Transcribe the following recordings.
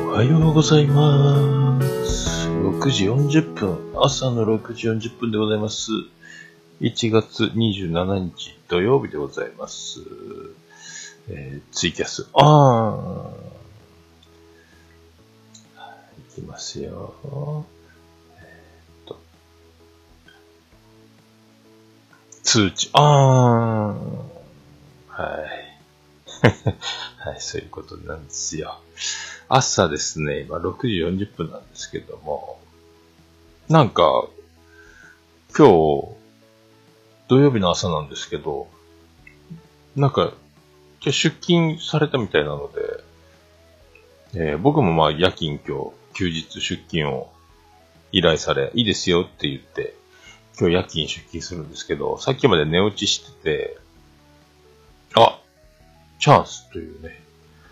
おはようございます。6時40分、朝の6時40分でございます。1月27日土曜日でございます。ツイキャス、いきますよ。通知、はい。はい、そういうことなんですよ。朝ですね、今6時40分なんですけども、なんか、今日、土曜日の朝なんですけど、なんか、今日出勤されたみたいなので、僕もまあ夜勤今日、休日出勤を依頼され、いいですよって言って、今日夜勤出勤するんですけど、さっきまで寝落ちしてて、チャンスというね、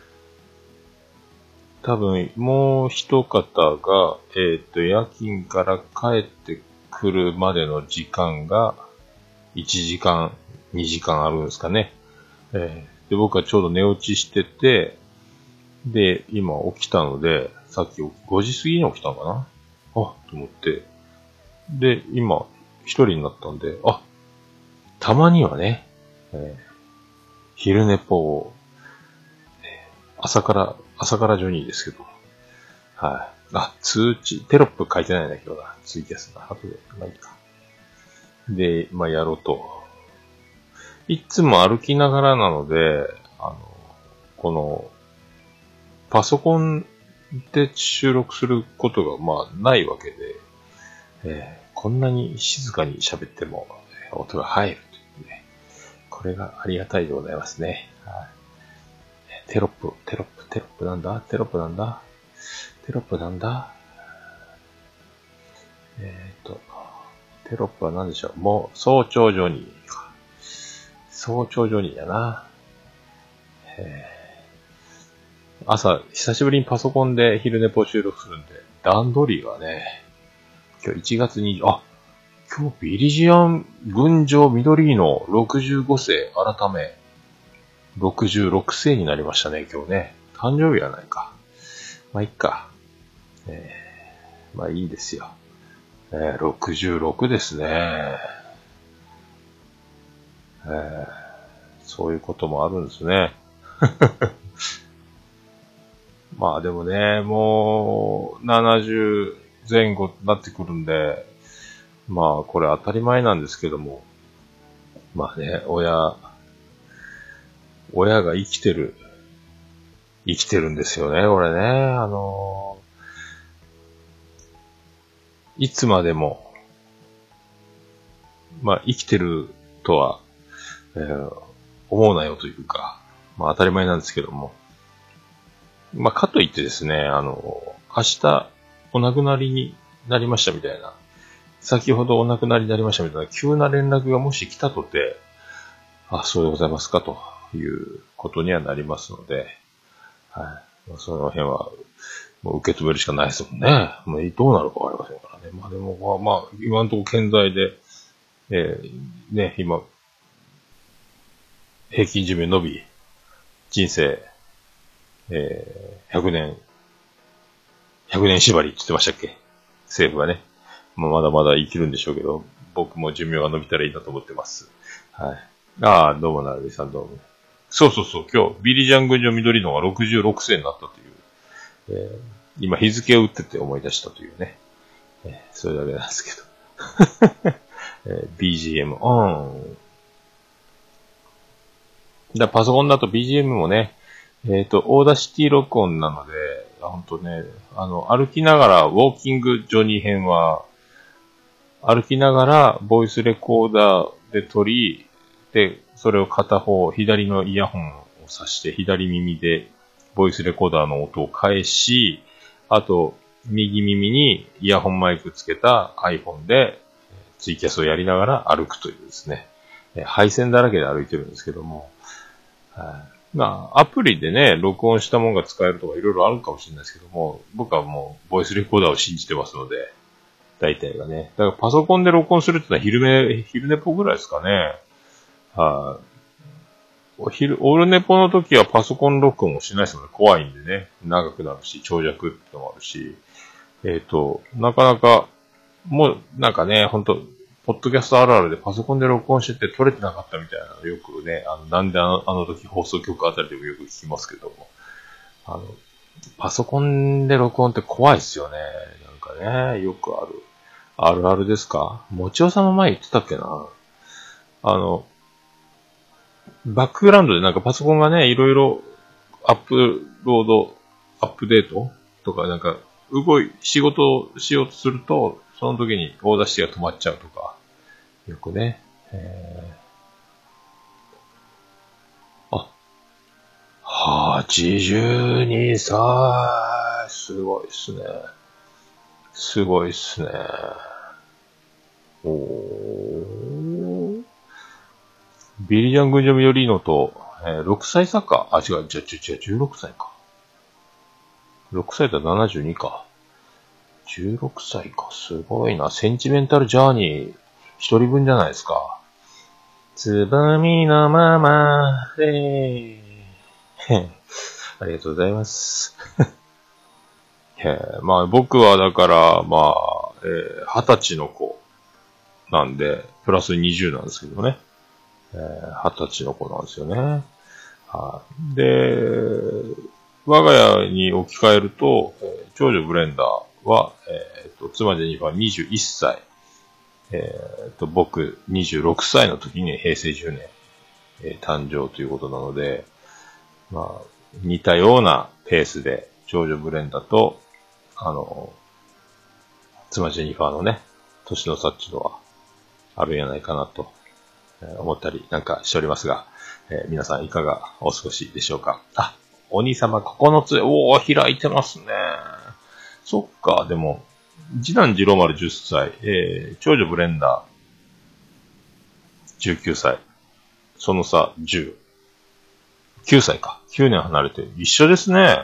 多分、もう一方が、夜勤から帰ってくるまでの時間が、1時間、2時間あるんですかね。で、僕はちょうど寝落ちしてて、で、今起きたので、さっき5時過ぎに起きたのかなと思って。で、今、一人になったんで、たまにはね、昼寝ぽを、朝からジョニーですけど、はい。通知、テロップ書いてないね、今日だ。ツイキャスだ。後で、まあいいか。で、まあやろうと。いつも歩きながらなので、この、パソコンで収録することがまあないわけで、こんなに静かに喋っても音が入るというね。これがありがたいでございますね。はい、テロップなんだテロップは何でしょう。もう、早朝ジョニーか。早朝ジョニーやな。朝、久しぶりにパソコンで昼寝ぽ収録するんで、段取りがね、今日1月20、今日ビリジアン群青緑の65世改め、66世になりましたね、今日ね。誕生日はないか。まあ、いっか。まあいいですよ。66ですね。そういうこともあるんですね。まあでもね、もう70前後になってくるんで、まあこれ当たり前なんですけども、まあね、親が生きてるんですよね、これね。いつまでも、まあ生きてるとは、思うなよというか、まあ当たり前なんですけども、まあかといってですね、明日お亡くなりになりましたみたいな、先ほどお亡くなりになりましたみたいな急な連絡がもし来たとて、そうでございますかということにはなりますので、はい。その辺は、もう受け止めるしかないですもんね。まあ、どうなるかわかりませんからね。まあでも、まあ、今のところ健在で、ね、今、平均寿命伸び、人生、100年縛りって言ってましたっけ？政府はね。まあ、まだまだ生きるんでしょうけど、僕も寿命が伸びたらいいなと思ってます。はい。どうもなるみさんどうも。そう、今日、ビリジャン群青緑のが66世になったという、今日付を打ってて思い出したというね。それだけなんですけど。BGM オン。パソコンだと BGM もね、オーダーシティ録音なので、ほんとね、歩きながら、ウォーキングジョニー編は、歩きながら、ボイスレコーダーで撮り、で、それを片方、左のイヤホンを挿して、左耳で、ボイスレコーダーの音を返し、あと、右耳にイヤホンマイクつけた iPhone で、ツイキャスをやりながら歩くというですね、配線だらけで歩いてるんですけども、まあ、アプリでね、録音したものが使えるとかいろいろあるかもしれないですけども、僕はもう、ボイスレコーダーを信じてますので、大体がね。だからパソコンで録音するってのは昼寝っぽぐらいですかね。 オルネポの時はパソコン録音もしないですもんね。怖いんでね。長くなるし、長尺ってのもあるし。なかなか、もう、なんかね、ほんと、ポッドキャストあるあるでパソコンで録音してて撮れてなかったみたいなのよくね、なんであの時放送局あたりでもよく聞きますけども。パソコンで録音って怖いっすよね。なんかね、よくある。あるあるですか？もちおさんも前言ってたっけな？バックグラウンドでなんかパソコンがね、いろいろアップロード、アップデートとかなんか、仕事をしようとすると、その時にオーダーシティが止まっちゃうとか、よくね。82歳。すごいっすね。すごいっすね。ビリジャン・グンジョミヨリーノと、6歳差か。違う、16歳か。6歳だ72か。16歳か。すごいな。センチメンタルジャーニー、一人分じゃないですか。つばみのままで、ありがとうございます。まあ僕はだから、まあ、20歳の子なんで、プラス20なんですけどね。20歳の子なんですよね。で、我が家に置き換えると、長女ブレンダーは、妻ジェニファー21歳、僕26歳の時に平成10年、誕生ということなので、まあ、似たようなペースで、長女ブレンダーと、妻ジェニファーのね、年の差っていうのはあるんやないかなと思ったりなんかしておりますが、皆さんいかがお過ごしでしょうか。お兄様9つ、開いてますね。そっか、でも、次男次郎丸10歳、長女ブレンダー19歳、その差10、9歳か。9年離れて一緒ですね。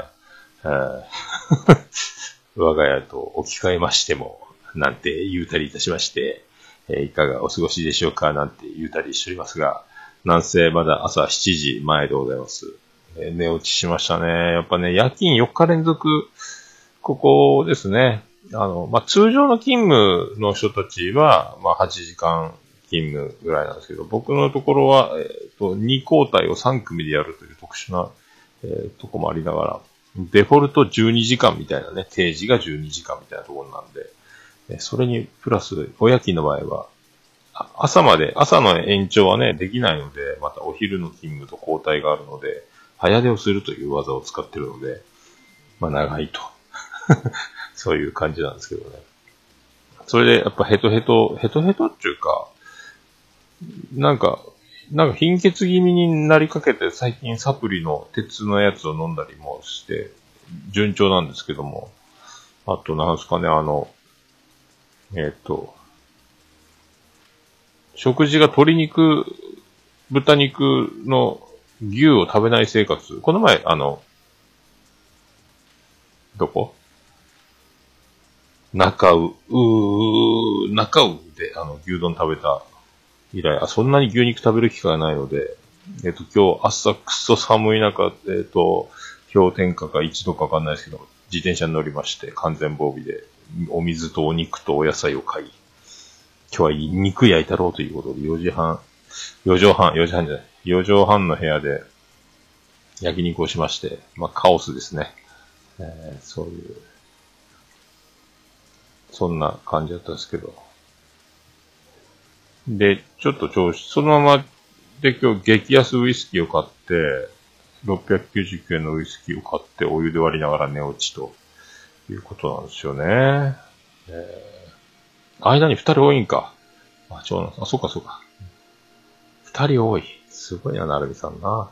我が家と置き換えましても、なんて言うたりいたしまして、いかがお過ごしでしょうかなんて言うたりしておりますが、なんせまだ朝7時前でございます。寝落ちしましたね。やっぱね、夜勤4日連続、ここですね。通常の勤務の人たちは、8時間勤務ぐらいなんですけど、僕のところは、2交代を3組でやるという特殊な、とこもありながら、デフォルト12時間みたいなね、定時が12時間みたいなところなんで、それにプラス、お夜勤の場合は、朝の延長はね、できないので、またお昼の勤務と交代があるので、早出をするという技を使っているので、長いと。そういう感じなんですけどね。それで、やっぱヘトヘトっていうか、なんか貧血気味になりかけて最近サプリの鉄のやつを飲んだりもして、順調なんですけども、あとなんですかね、食事が鶏肉、豚肉の牛を食べない生活。この前、どこ中尾で、牛丼食べた以来、そんなに牛肉食べる機会がないので、今日朝くっそ寒い中、氷点下か1度かわかんないですけど、自転車に乗りまして、完全防備で、お水とお肉とお野菜を買い、今日は肉焼いたろうということで、4畳半の部屋で焼肉をしまして、カオスですね。そういう、そんな感じだったんですけど。で、ちょっとそのままで今日激安ウイスキーを買って、699円のウイスキーを買ってお湯で割りながら寝落ちということなんですよね。間に2人多いんか。そうか。2人多い。すごいな、なるみさんな。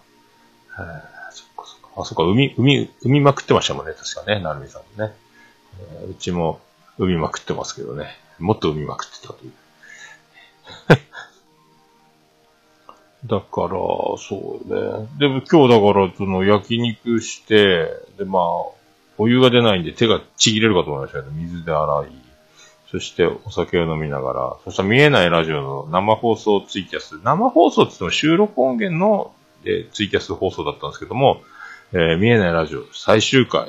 そっか。海まくってましたもんね、確かね、なるみさんもね。うちも海まくってますけどね。もっと海まくってたという。だから、そうね。でも今日だから、焼肉して、で、お湯が出ないんで手がちぎれるかと思いましたけど、水で洗い、そしてお酒を飲みながら、そしたら見えないラジオの生放送ツイキャス。生放送って言っても収録音源ので、ツイキャス放送だったんですけども、見えないラジオ最終回、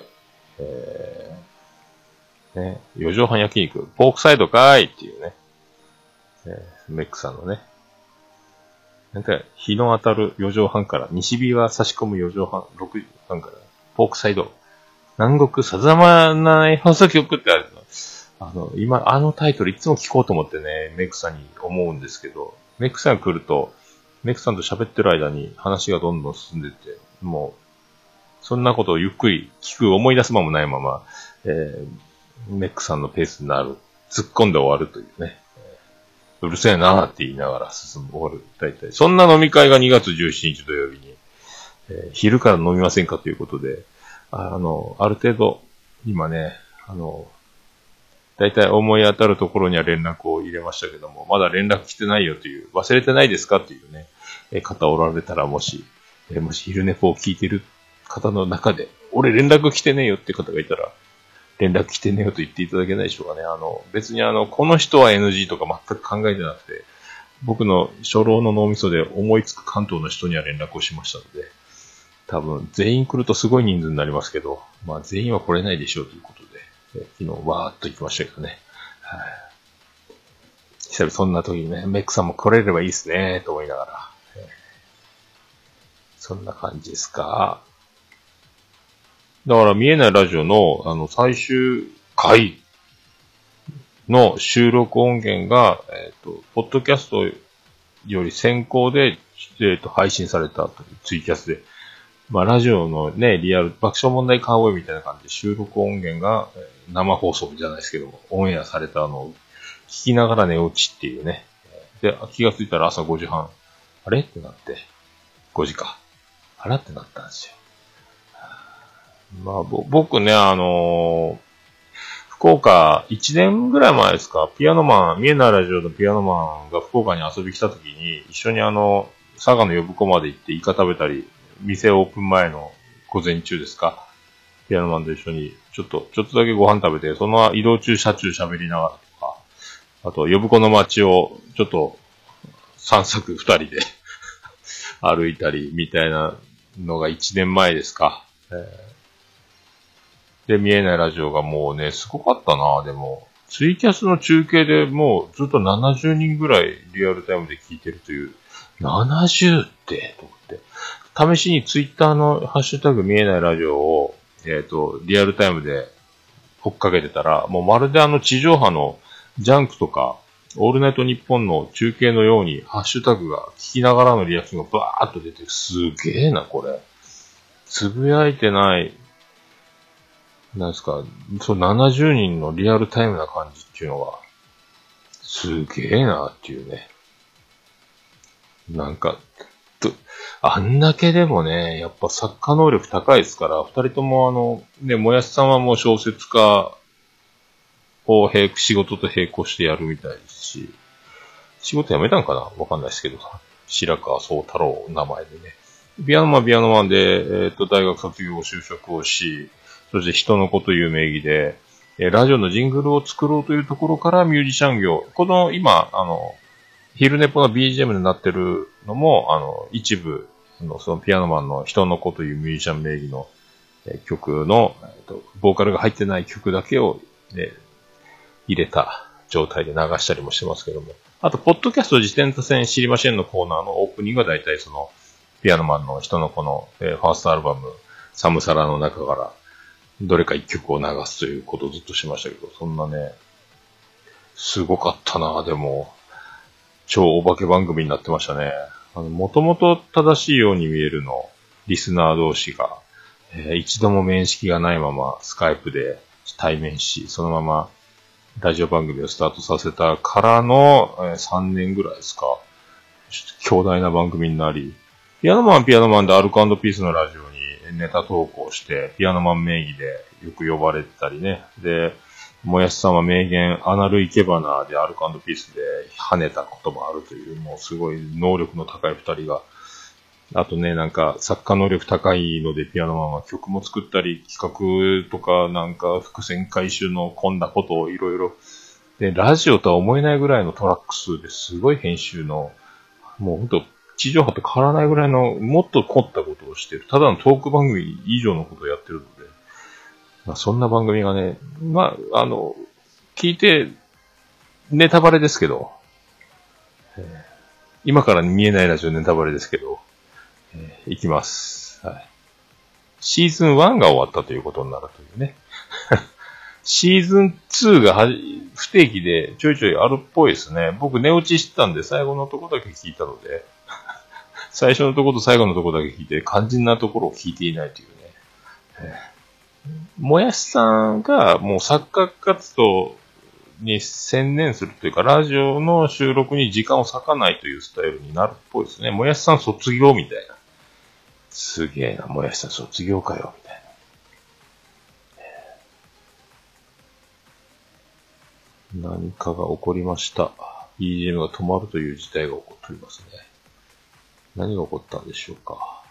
ね、4畳半焼肉、ポークサイドかーいっていうね、メックさんのね、なんか、日の当たる4畳半から、西日は差し込む4畳半、6畳半から、ポークサイド、南国さざまない放送局ってあるの。今、タイトルいつも聞こうと思ってね、メックさんに思うんですけど、メックさん来ると、メックさんと喋ってる間に話がどんどん進んでって、もう、そんなことをゆっくり聞く思い出す間もないまま、メックさんのペースになる、突っ込んで終わるというね。うるせえなーって言いながら進む終わる。大体。そんな飲み会が2月17日土曜日に、昼から飲みませんかということで、ある程度、今ね、大体思い当たるところには連絡を入れましたけども、まだ連絡来てないよという、忘れてないですかっていうね、方おられたらもし昼寝ぽを聞いてる方の中で、俺連絡来てねえよって方がいたら、連絡来てねえよと言っていただけないでしょうかね。別にこの人は NG とか全く考えてなくて、僕の初老の脳みそで思いつく関東の人には連絡をしましたので、多分全員来るとすごい人数になりますけど、まあ全員は来れないでしょうということで、昨日わーっと行きましたけどね。はい、久々そんな時にね、メックさんも来れればいいですね、と思いながら。そんな感じですか。だから見えないラジオの、最終回の収録音源が、ポッドキャストより先行で、配信されたというツイキャスで。まあ、ラジオのね、リアル、爆笑問題カーボーイみたいな感じで収録音源が、生放送じゃないですけども、オンエアされたのを聞きながら寝落ちっていうね。で、気がついたら朝5時半。あれってなって、5時か。あらってなったんですよ。まあ、僕ね、福岡、1年ぐらい前ですか、ピアノマン、見えないラジオのピアノマンが福岡に遊び来た時に、一緒に佐賀の呼子まで行ってイカ食べたり、店オープン前の午前中ですか、ピアノマンと一緒にちょっとだけご飯食べて、その移動中車中喋りながらとか、あと呼子の街をちょっと散策2人で歩いたりみたいなのが1年前ですか。で、見えないラジオがもうね、すごかったな。でも、ツイキャスの中継でもうずっと70人ぐらいリアルタイムで聞いてるという、70って、と思って。試しにツイッターのハッシュタグ見えないラジオを、リアルタイムで追っかけてたら、もうまるで地上波のジャンクとか、オールナイトニッポンの中継のように、ハッシュタグが聞きながらのリアクションがバーッと出て、すげえな、これ。つぶやいてない、なんですか、そう70人のリアルタイムな感じっていうのが、すげえなっていうね。なんか、あんだけでもね、やっぱ作家能力高いですから、二人ともね、もやしさんはもう小説家を仕事と並行してやるみたいですし、仕事辞めたんかなわかんないですけど、白川宗太郎名前でね。ピアノマンで、大学卒業就職をし、そして人の子という名義で、ラジオのジングルを作ろうというところからミュージシャン業。この今、昼寝ぽの BGM になってるのも、一部、そのピアノマンの人の子というミュージシャン名義の、曲の、ボーカルが入ってない曲だけを、入れた状態で流したりもしてますけども。あと、ポッドキャスト自転車線知りませんのコーナーのオープニングは大体その、ピアノマンの人の子の、ファーストアルバム、サムサラの中から、どれか一曲を流すということをずっとしましたけど、そんなね、すごかったな。でも、超お化け番組になってましたね。もともと正しいように見えるの、リスナー同士が、一度も面識がないまま、スカイプで対面し、そのまま、ラジオ番組をスタートさせたからの、3年ぐらいですか。ちょっと強大な番組になり、ピアノマンでアルコ&ピースのラジオにネタ投稿して、ピアノマン名義でよく呼ばれてたりね。で、もやしさんは名言、アナルイケバナでアルコ&ピースで跳ねたこともあるという、もうすごい能力の高い二人が、あとね、なんか作家能力高いのでピアノマンは曲も作ったり、企画とかなんか伏線回収のこんなことをいろいろ、で、ラジオとは思えないぐらいのトラック数ですごい編集の、もうほんと地上波と変わらないぐらいの、もっと凝ったことをしている。ただのトーク番組以上のことをやってるので、まあ、そんな番組がね、まあ、聞いて、ネタバレですけど、今から見えないラジオネタバレですけど、いきます。はい。シーズン1が終わったということになるというね。シーズン2が不定期でちょいちょいあるっぽいですね。僕寝落ちしてたんで最後のとこだけ聞いたので、最初のとこと最後のとこだけ聞いて肝心なところを聞いていないというね。もやしさんがもう作家活動に専念するというか、ラジオの収録に時間を割かないというスタイルになるっぽいですね。もやしさん卒業みたいな。すげえな、もやしさん卒業かよ、みたいな。何かが起こりました。BGM が止まるという事態が起こっておりますね。何が起こったんでしょうか。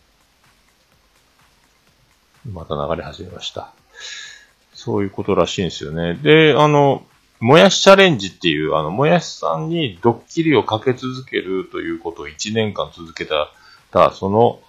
また流れ始めました。そういうことらしいんですよね。で、もやしチャレンジっていう、もやしさんにドッキリをかけ続けるということを1年間続けた、その、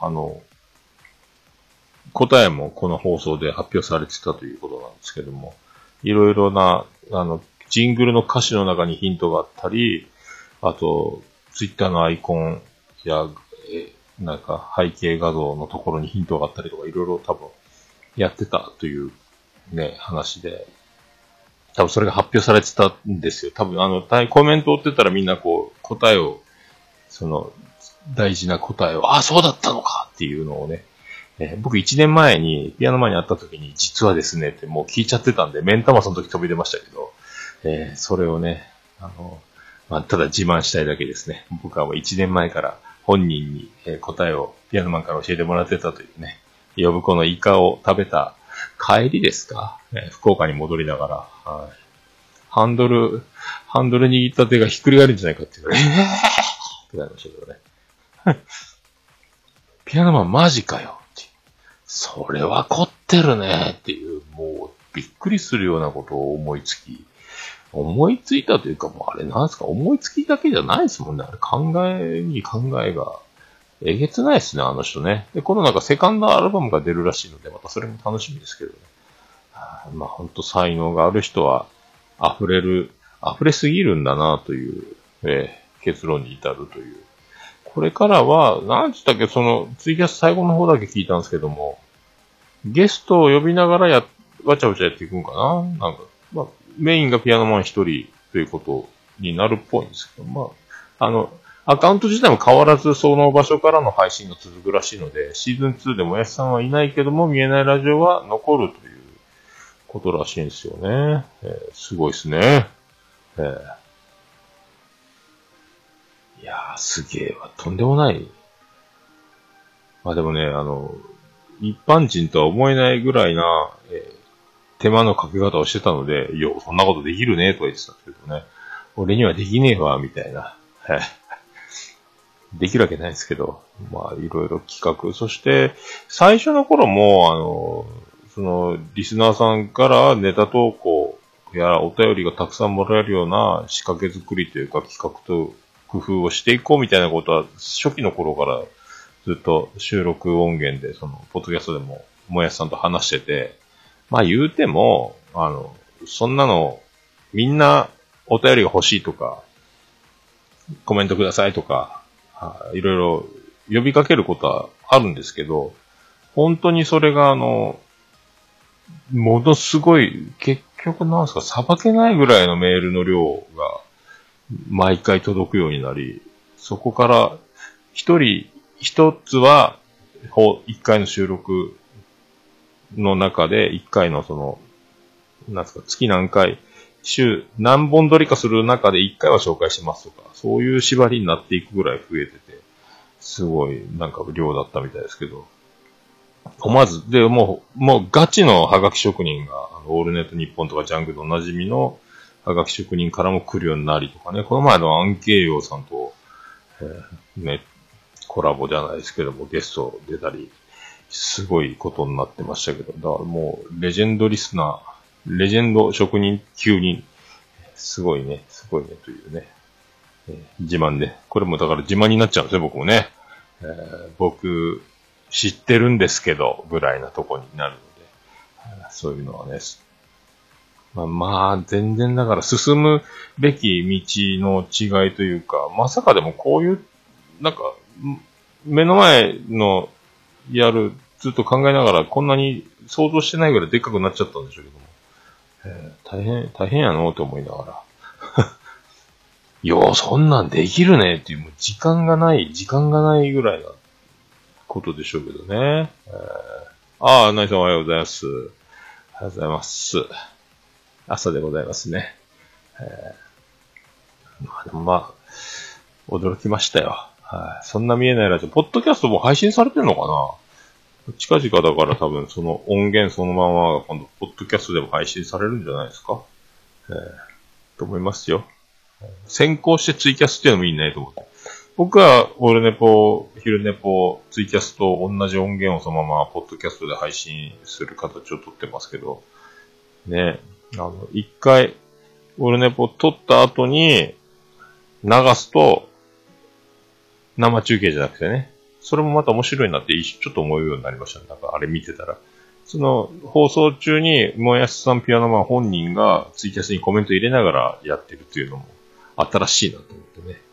答えもこの放送で発表されてたということなんですけども、いろいろな、ジングルの歌詞の中にヒントがあったり、あと、ツイッターのアイコンや、なんか背景画像のところにヒントがあったりとか、いろいろ多分やってたというね、話で、多分それが発表されてたんですよ。多分コメントを追ってたらみんなこう、答えを、大事な答えを、あ、そうだったのかっていうのをね、僕1年前に、ピアノ前に会った時に、実はですねってもう聞いちゃってたんで、メンタマその時飛び出ましたけど、それをね、まあ、ただ自慢したいだけですね。僕はもう1年前から本人に、答えをピアノマンから教えてもらってたというね、呼ぶ子のイカを食べた帰りですか、福岡に戻りながら、はい、ハンドル握った手がひっくり返るんじゃないかっていう、ってなりましたけどね。ピアノマンマジかよっていう。それは凝ってるねっていう、もうびっくりするようなことを思いついたというか、もうあれなんですか、思いつきだけじゃないですもんね。あれ考えに考えが、えげつないですね、あの人ね。で、このなんかセカンドアルバムが出るらしいので、またそれも楽しみですけどね。まあ本当才能がある人は溢れすぎるんだなという、結論に至るという。これからは、なんつったっけ、ツイキャス最後の方だけ聞いたんですけども、ゲストを呼びながらわちゃわちゃやっていくんかななんか、まあ、メインがピアノマン一人ということになるっぽいんですけど、まあ、アカウント自体も変わらずその場所からの配信が続くらしいので、シーズン2でもやしさんはいないけども、見えないラジオは残るということらしいんですよね。すごいですね。いやー、すげえわ。とんでもない。まあでもね、一般人とは思えないぐらいな、手間のかけ方をしてたので、いや、そんなことできるね、とか言ってたんですけどね。俺にはできねえわ、みたいな。できるわけないですけど、まあ、いろいろ企画。そして、最初の頃も、リスナーさんからネタ投稿やお便りがたくさんもらえるような仕掛け作りというか企画と工夫をしていこうみたいなことは、初期の頃からずっと収録音源で、ポッドキャストでも、もやしさんと話してて、まあ言うても、そんなの、みんなお便りが欲しいとか、コメントくださいとか、いろいろ呼びかけることはあるんですけど、本当にそれがものすごい、結局なんですか、さばけないぐらいのメールの量が毎回届くようになり、そこから一つは、一回の収録の中で、一回のなんですか、月何回、週何本撮りかする中で一回は紹介しますとか、そういう縛りになっていくぐらい増えてて、すごいなんか量だったみたいですけど、思わず、で、もうガチのハガキ職人が、オールネット日本とかジャンクでおなじみのハガキ職人からも来るようになりとかね、この前のアンケイヨウさんと、ね、コラボじゃないですけども、ゲスト出たり、すごいことになってましたけど、だからもう、レジェンドリスナー、レジェンド職人級に、すごいねというね、 自慢で。これもだから自慢になっちゃうんですよ、僕もね。僕、知ってるんですけど、ぐらいなとこになるので。そういうのはね。全然だから進むべき道の違いというか、まさかでもこういう、なんか、目の前のやる、ずっと考えながらこんなに想像してないぐらいでっかくなっちゃったんでしょうけども。大変やのと思いながら。よう、そんなんできるねっていう、もう時間がないぐらいなことでしょうけどね。ナイさんおはようございます。おはようございます。朝でございますね。でも驚きましたよ。そんな見えないラジオ。ポッドキャストも配信されてるのかな？近々だから多分その音源そのまま今度、ポッドキャストでも配信されるんじゃないですか？と思いますよ。先行してツイキャスっていうのもいいねと思って。僕は、オルネポ、昼ネポ、ツイキャスと同じ音源をそのまま、ポッドキャストで配信する形をとってますけど、ね、一回、オルネポ撮った後に、流すと、生中継じゃなくてね、それもまた面白いなって、ちょっと思うようになりましたね。なんか、あれ見てたら。その、放送中に、もやしさんピアノマン本人がツイキャスにコメント入れながらやってるっていうのも、新しいなと思ってね。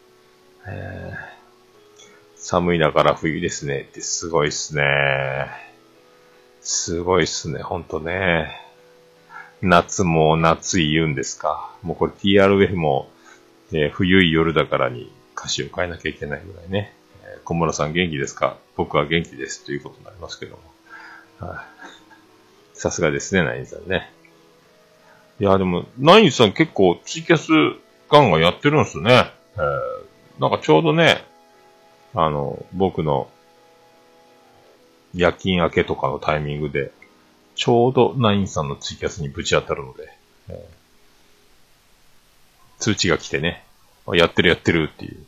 寒いだから冬ですねってすごいっすね。すごいっすね、ほんとね。夏も夏い言うんですか。もうこれ TRF も、冬い夜だからに歌詞を変えなきゃいけないぐらいね。小室さん元気ですか？僕は元気ですということになりますけども。さすがですね、ナインさんね。いや、でも、ナインさん結構ツイキャスガンガンやってるんですね。なんかちょうどね、僕の夜勤明けとかのタイミングで、ちょうどナインさんのツイキャスにぶち当たるので、通知が来てね、やってるっていう。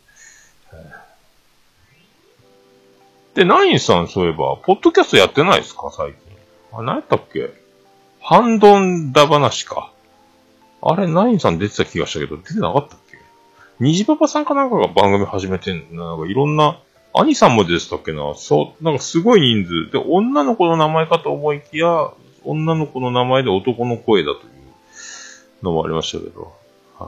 で、ナインさんそういえば、ポッドキャストやってないですか最近。何やったっけ？ハンドンダ話か。あれ、ナインさん出てた気がしたけど、出てなかったっけ？虹パパさんかなんかが番組始めてんなんかいろんな、兄さんも出てたっけな、そう、なんかすごい人数。で、女の子の名前かと思いきや、女の子の名前で男の声だというのもありましたけど。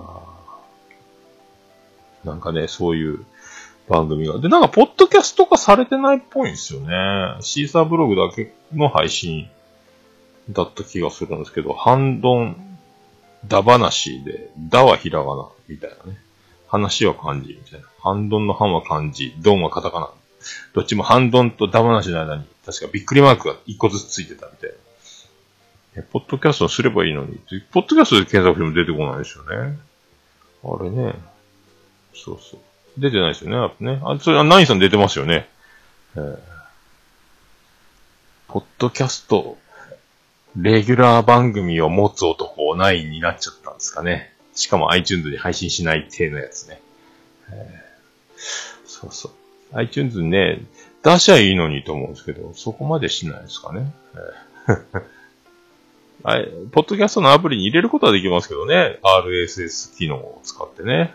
なんかね、そういう番組が。で、なんか、ポッドキャスト化されてないっぽいんですよね。シーサーブログだけの配信だった気がするんですけど、ハンドンダ話で、ダはひらがな、みたいなね。話は漢字、みたいな。ハンドンのハンは漢字、ドンはカタカナ。どっちもハンドンとダ話の間に、確かびっくりマークが一個ずつついてたみたいな。ポッドキャストすればいいのに。ポッドキャストで検索しても出てこないですよね。あれね。そうそう。出てないですよね、やっぱね。それ、ナインさん出てますよね。ポッドキャスト、レギュラー番組を持つ男、ナインになっちゃったんですかね。しかも iTunes に配信しない系のやつね。そうそう。iTunes にね、出しゃいいのにと思うんですけど、そこまでしないですかね。ポッドキャストのアプリに入れることはできますけどね。RSS 機能を使ってね。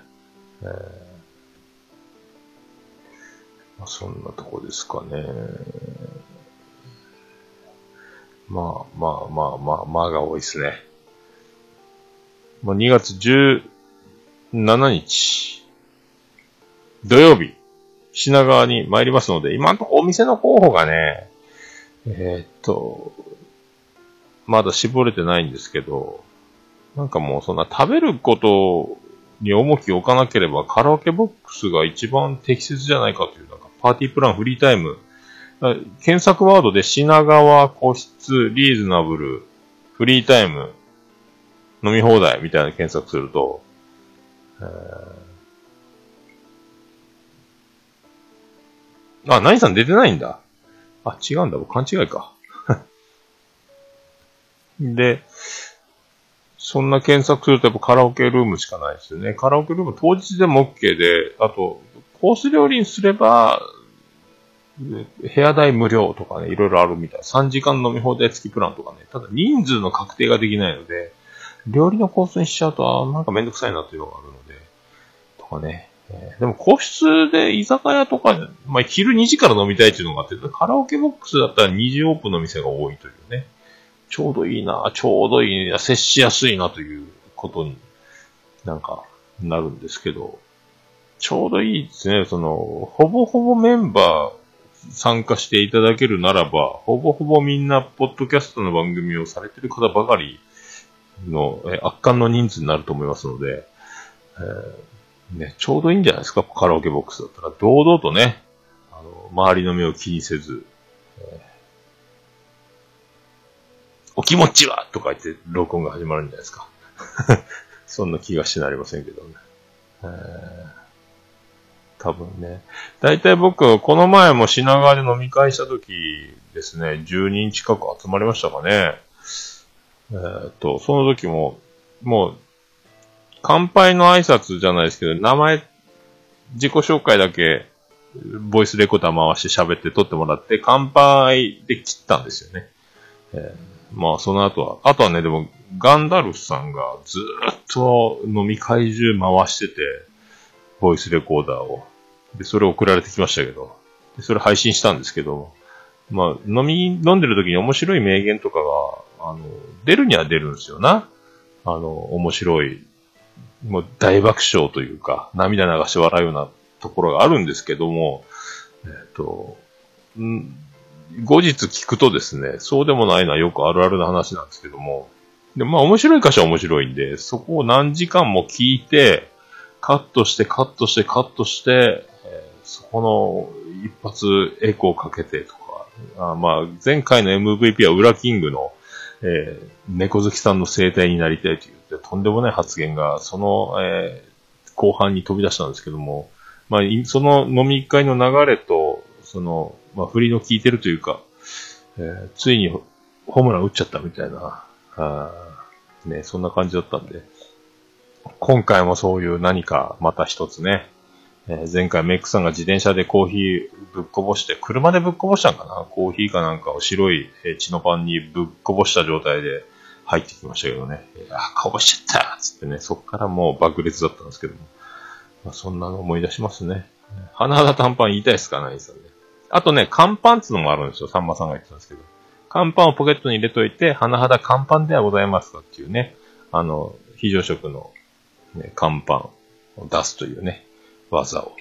そんなとこですかね。まあが多いですね。2月17日、土曜日、品川に参りますので、今のところお店の候補がね、まだ絞れてないんですけど、なんかもうそんな食べることに重きを置かなければカラオケボックスが一番適切じゃないかという、なんかパーティープランフリータイム、検索ワードで品川個室リーズナブルフリータイム飲み放題みたいな検索すると、何さん出てないんだ。違うんだ。僕勘違いか。で、そんな検索するとやっぱカラオケルームしかないですよね。カラオケルーム当日でも OK で、あと、コース料理にすれば、部屋代無料とかね、いろいろあるみたい。3時間飲み放題付きプランとかね。ただ人数の確定ができないので、料理のコースにしちゃうと、なんかめんどくさいなというのがあるので、とかね。 でも個室で居酒屋とか、まあ昼2時から飲みたいっていうのがあって、カラオケボックスだったら2時オープンの店が多いというね。ちょうどいいな、ちょうどいいな、接しやすいなということになんかなるんですけど、ちょうどいいですね。ほぼほぼメンバー参加していただけるならば、ほぼほぼみんなポッドキャストの番組をされている方ばかりの圧巻の人数になると思いますので、ね、ちょうどいいんじゃないですか、カラオケボックスだったら。堂々とね、周りの目を気にせず、お気持ちはとか言って録音が始まるんじゃないですか。そんな気がしなりませんけどね。多分ね。だいたい僕、この前も品川で飲み会した時ですね、10人近く集まりましたかね。その時も、もう、乾杯の挨拶じゃないですけど、自己紹介だけ、ボイスレコーダー回して喋って撮ってもらって、乾杯で切ったんですよね。まあ、その後はね、でも、ガンダルフさんがずーっと飲み会中回してて、ボイスレコーダーを。で、それ送られてきましたけど、でそれ配信したんですけど、まあ、飲んでる時に面白い名言とかが、出るには出るんですよな。面白い、もう大爆笑というか、涙流して笑うようなところがあるんですけども、後日聞くとですね、そうでもないのはよくあるあるな話なんですけども、で、まあ面白い箇所は面白いんで、そこを何時間も聞いて、カットして、そこの一発エコーかけてとか、まあ前回の MVP はウラキングの、猫好きさんの生態になりたいというとんでもない発言が、後半に飛び出したんですけども、まあ、その飲み会の流れと、まあ、振りの効いてるというか、ついにホームラン打っちゃったみたいな、ね、そんな感じだったんで、今回もそういう何かまた一つね、前回メイクさんが自転車でコーヒーぶっこぼして、車でぶっこぼしたんかな、コーヒーかなんかを白い血のパンにぶっこぼした状態で入ってきましたけどね、こぼしちゃったつってね、そっからもう爆裂だったんですけども、まあ、そんなの思い出しますね。花肌短パン言いたいですかナインさんね。あとね、乾パンってのもあるんですよ。さんまさんが言ってたんですけど。乾パンをポケットに入れといて、花肌乾パンではございますかっていうね、非常食の、ね、乾パンを出すというね、技を。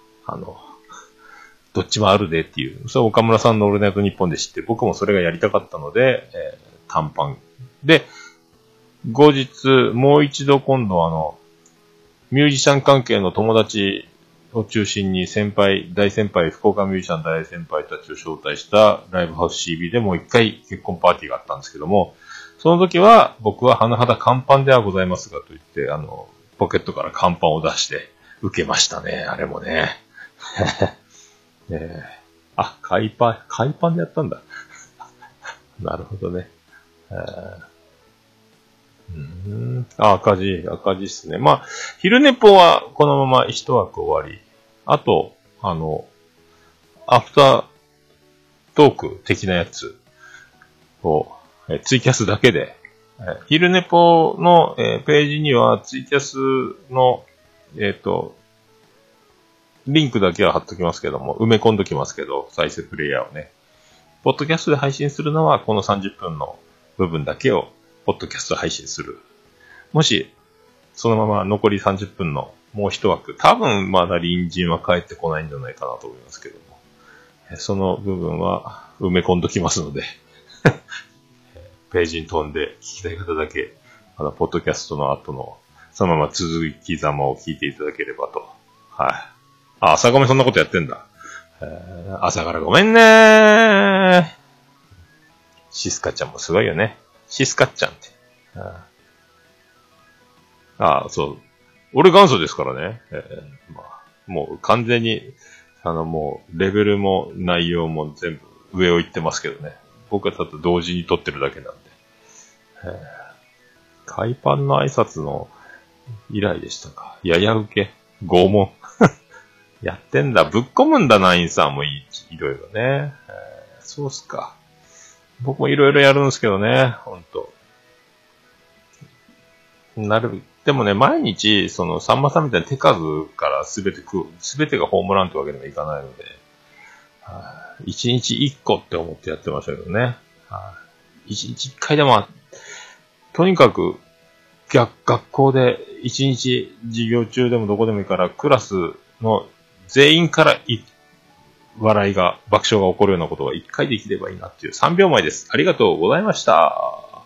どっちもあるでっていう。それは岡村さんのオールナイトニッポンで知って、僕もそれがやりたかったので、短パン。で、後日、もう一度今度ミュージシャン関係の友達を中心に大先輩、福岡ミュージシャン大先輩たちを招待したライブハウス CB でもう一回結婚パーティーがあったんですけども、その時は僕は花肌乾パンではございますがと言って、ポケットから乾パンを出して受けましたね、あれもね。海パンでやったんだ。なるほどね。赤字っすね。まあ、昼寝ぽはこのまま一枠終わり。あと、アフタートーク的なやつを、ツイキャスだけで、昼寝ぽの、ページにはツイキャスの、リンクだけは貼っときますけども、埋め込んどきますけど、再生プレイヤーをね。ポッドキャストで配信するのはこの30分の部分だけを、ポッドキャスト配信する。もし、そのまま残り30分のもう一枠、多分まだ隣人は帰ってこないんじゃないかなと思いますけども、その部分は埋め込んどきますので、ページに飛んで聞きたい方だけ、ポッドキャストの後の、そのまま続きざまを聞いていただければと。はい。朝ごめんそんなことやってんだ。朝からごめんねー。シスカちゃんもすごいよね。シスカちゃんって。そう。俺元祖ですからね。もう完全に、もう、レベルも内容も全部上を行ってますけどね。僕はただ同時に撮ってるだけなんで。海パンの挨拶の以来でしたか。やや受け拷問やってんだ。ぶっ込むんだ、ナインさんもいろいろね。そうっすか。僕もいろいろやるんですけどね。ほんと。 でもね、毎日、さんまさんみたいな手数からすべてがホームランってわけにもいかないので、一日一個って思ってやってましたけどね。一日一回でも、とにかく、学校で一日授業中でもどこでもいいから、クラスの全員から爆笑が起こるようなことが一回できればいいなっていう3秒前です。ありがとうございました。はい、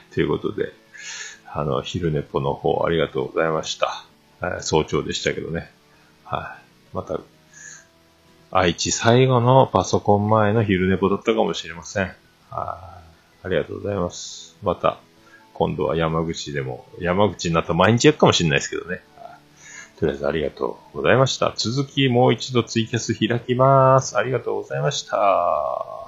ということで、昼寝ぽの方ありがとうございました。早朝でしたけどね。はい、また、愛知最後のパソコン前の昼寝ぽだったかもしれません。ありがとうございます。また、今度は山口になったら毎日やるかもしれないですけどね。とりあえずありがとうございました。続きもう一度ツイキャス開きます。ありがとうございました。